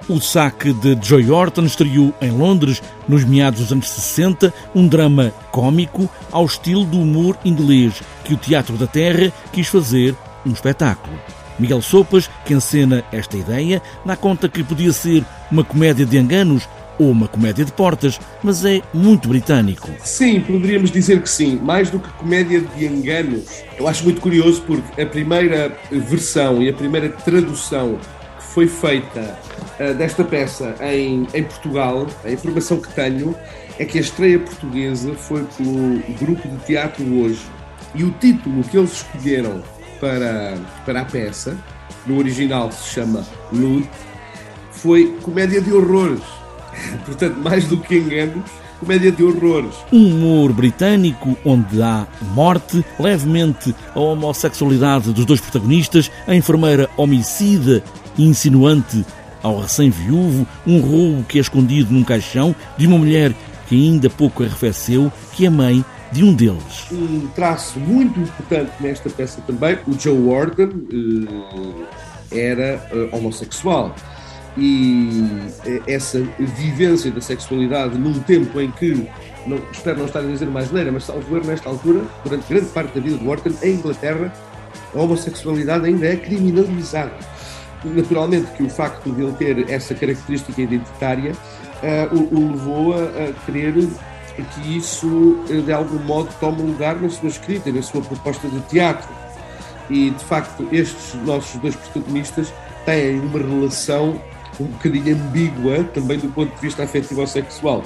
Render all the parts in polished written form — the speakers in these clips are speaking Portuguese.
O Saque de Joy Horton estreou em Londres nos meados dos anos 60, um drama cómico ao estilo do humor inglês que o Teatro da Terra quis fazer um espetáculo. Miguel Sopas, que encena esta ideia, dá conta que podia ser uma comédia de enganos ou uma comédia de portas, mas é muito britânico. Sim, poderíamos dizer que sim. Mais do que comédia de enganos, eu acho muito curioso porque a primeira versão e a primeira tradução que foi feita desta peça em Portugal, a informação que tenho é que a estreia portuguesa foi pelo grupo de teatro Hoje. E o título que eles escolheram para a peça, no original se chama Lud, foi comédia de horrores. Portanto, mais do que enganos, comédia de horrores. Um humor britânico onde há morte, levemente a homossexualidade dos dois protagonistas, a enfermeira homicida e insinuante ao recém-viúvo, um roubo que é escondido num caixão de uma mulher que ainda pouco arrefeceu, que é mãe de um deles. Um traço muito importante nesta peça também, o Joe Horton era homossexual. E essa vivência da sexualidade num tempo em que, espero não estar a dizer mais neira, mas salvo erro nesta altura, durante grande parte da vida de Horton, em Inglaterra, a homossexualidade ainda é criminalizada. Naturalmente que o facto de ele ter essa característica identitária o levou a querer que isso, de algum modo, tome lugar na sua escrita e na sua proposta de teatro. E, de facto, estes nossos dois protagonistas têm uma relação um bocadinho ambígua, também do ponto de vista afetivo ou sexual.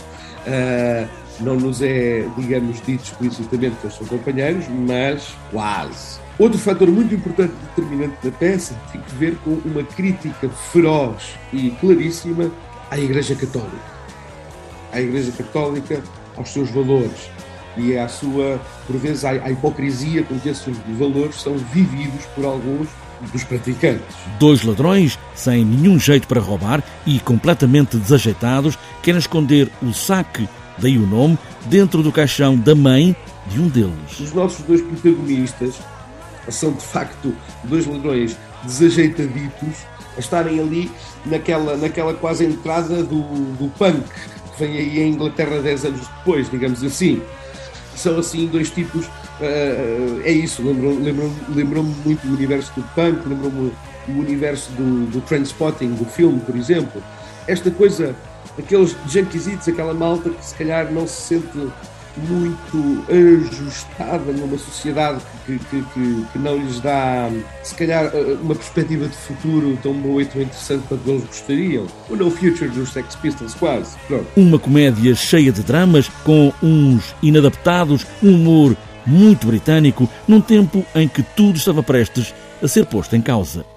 Não nos é, digamos, dito explicitamente que eles são companheiros, mas quase. Outro fator muito importante e determinante da peça tem que ver com uma crítica feroz e claríssima à Igreja Católica. À Igreja Católica, aos seus valores e à sua, por vezes, à hipocrisia com que esses valores são vividos por alguns dos praticantes. Dois ladrões, sem nenhum jeito para roubar e completamente desajeitados, querem esconder o saque, daí o nome, dentro do caixão da mãe de um deles. Os nossos dois protagonistas são, de facto, dois ladrões desajeitaditos a estarem ali naquela quase entrada do punk, que vem aí em Inglaterra 10 anos depois, digamos assim. São, assim, dois tipos. É isso, lembrou-me muito do universo do punk, lembrou-me o universo do Trainspotting, do filme, por exemplo. Esta coisa, aqueles junkiesitos, aquela malta que se calhar não se sente muito ajustada numa sociedade que não lhes dá, se calhar, uma perspectiva de futuro tão boa e tão interessante quanto eles gostariam. O No Future dos Sex Pistols, quase. Pronto. Uma comédia cheia de dramas, com uns inadaptados, um humor muito britânico, num tempo em que tudo estava prestes a ser posto em causa.